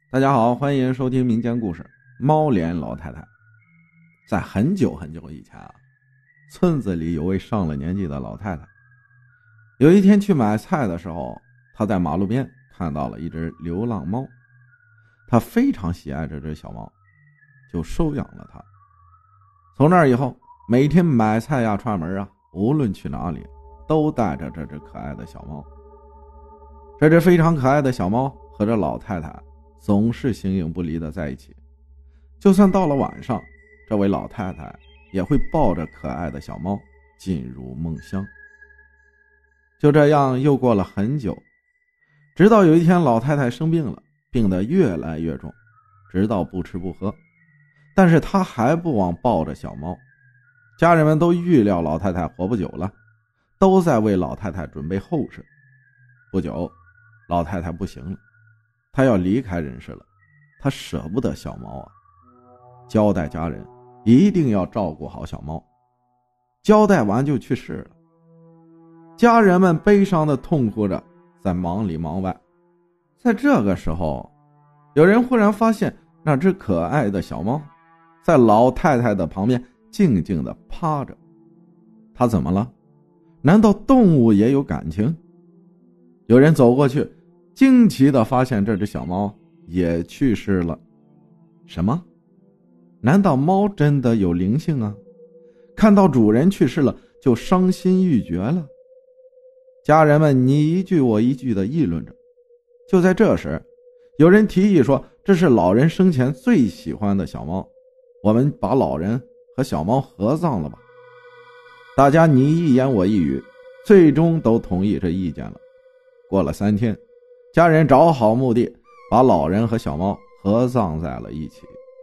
大家好，欢迎收听民间故事猫脸老太太。在很久很久以前村子里有位上了年纪的老太太。有一天去买菜的时候，她在马路边看到了一只流浪猫，她非常喜爱这只小猫，就收养了它。从那以后，每天买菜串门无论去哪里都带着这只可爱的小猫。这只非常可爱的小猫和这老太太总是形影不离的在一起，就算到了晚上，这位老太太也会抱着可爱的小猫进入梦乡。就这样又过了很久，直到有一天老太太生病了，病得越来越重，直到不吃不喝，但是她还不忘抱着小猫。家人们都预料老太太活不久了，都在为老太太准备后事。不久，老太太不行了，她要离开人世了，她舍不得小猫交代家人一定要照顾好小猫。交代完就去世了。家人们悲伤的痛哭着，在忙里忙外。在这个时候，有人忽然发现那只可爱的小猫在老太太的旁边静静地趴着。它怎么了？难道动物也有感情？有人走过去，惊奇地发现这只小猫也去世了。什么？难道猫真的有灵性啊？看到主人去世了就伤心欲绝了？家人们你一句我一句地议论着。就在这时，有人提议说，这是老人生前最喜欢的小猫，我们把老人和小猫合葬了吧。大家你一言我一语，最终都同意这意见了。过了3天，家人找好墓地，把老人和小猫合葬在了一起。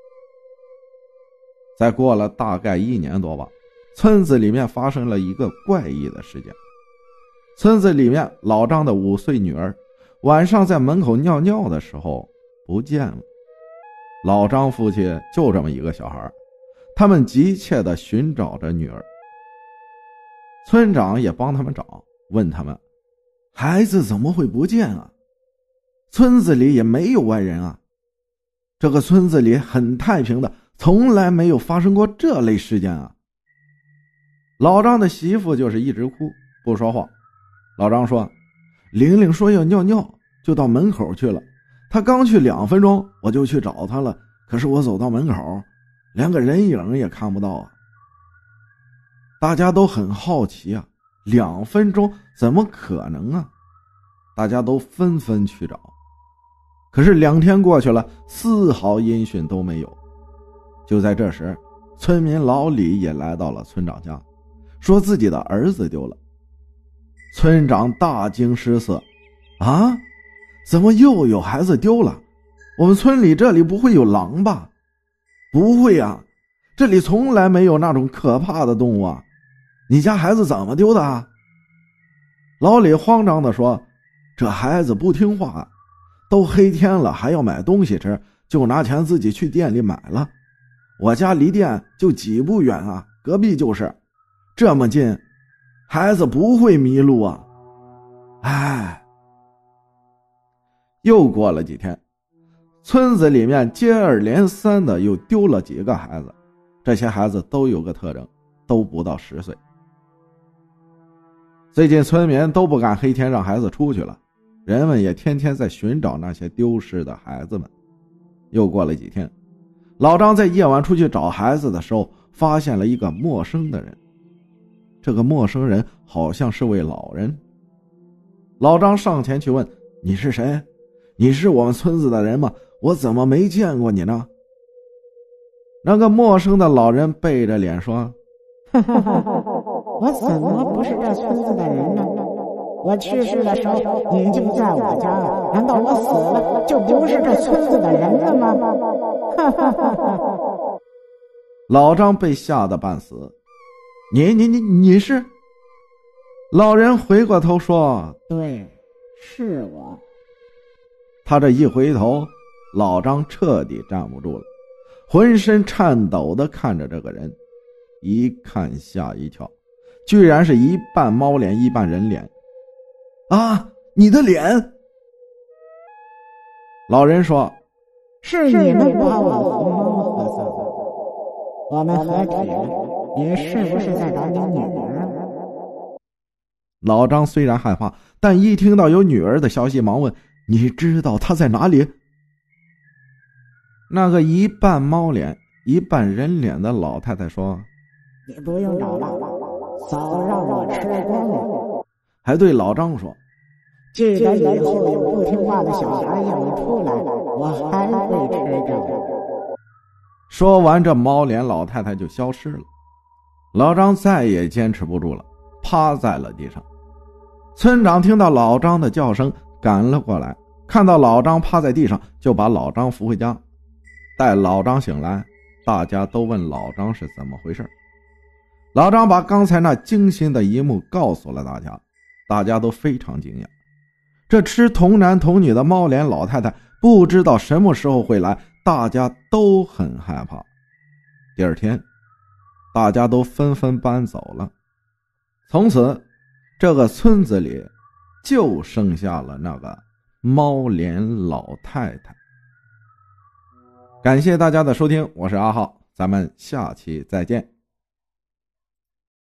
再过了大概1年多吧，村子里面发生了一个怪异的事件。村子里面老张的5岁女儿晚上在门口尿尿的时候不见了。老张夫妻就这么一个小孩，他们急切地寻找着女儿。村长也帮他们找，问他们孩子怎么会不见啊？村子里也没有外人啊，这个村子里很太平的，从来没有发生过这类事件啊。老张的媳妇就是一直哭不说话。老张说，玲玲说要尿尿，就到门口去了，她刚去2分钟我就去找她了，可是我走到门口连个人影也看不到啊。大家都很好奇啊，2分钟怎么可能啊？大家都纷纷去找，可是2天过去了，丝毫音讯都没有。就在这时，村民老李也来到了村长家，说自己的儿子丢了。村长大惊失色，啊，怎么又有孩子丢了？我们村里这里不会有狼吧？不会啊，这里从来没有那种可怕的动物啊。你家孩子怎么丢的啊？老李慌张地说，这孩子不听话，都黑天了还要买东西吃，就拿钱自己去店里买了。我家离店就几步远啊，隔壁就是，这么近，孩子不会迷路啊。唉。又过了几天，村子里面接二连三的又丢了几个孩子，这些孩子都有个特征，都不到10岁。最近村民都不敢黑天让孩子出去了，人们也天天在寻找那些丢失的孩子们。又过了几天，老张在夜晚出去找孩子的时候，发现了一个陌生的人。这个陌生人好像是位老人。老张上前去问，你是谁？你是我们村子的人吗？我怎么没见过你呢？那个陌生的老人背着脸说， 我怎么不是这村子的人呢？我去世的时候你就在我家了，难道我死了就不是这村子的人了吗？ 老张被吓得半死。你是？老人回过头说， 对，是我。 他这一回头，老张彻底站不住了，浑身颤抖地看着这个人，一看吓一跳，居然是一半猫脸一半人脸。啊，你的脸！老人说， 是你们把我红猫喝死的。我们合体了，你是不是在找你女儿啊？ 老张虽然害怕，但一听到有女儿的消息，忙问：你知道她在哪里？那个一半猫脸一半人脸的老太太说： 你不用找了，早让我吃光了。 还对老张说： 记得以后有不听话的小孩养出来，我还会吃掉。 说完，这猫脸老太太就消失了。老张再也坚持不住了，趴在了地上。村长听到老张的叫声赶了过来，看到老张趴在地上，就把老张扶回家。待老张醒来，大家都问老张是怎么回事。老张把刚才那惊心的一幕告诉了大家，大家都非常惊讶。这吃童男童女的猫脸老太太不知道什么时候会来，大家都很害怕。第二天，大家都纷纷搬走了。从此，这个村子里就剩下了那个猫脸老太太。感谢大家的收听，我是阿浩，咱们下期再见。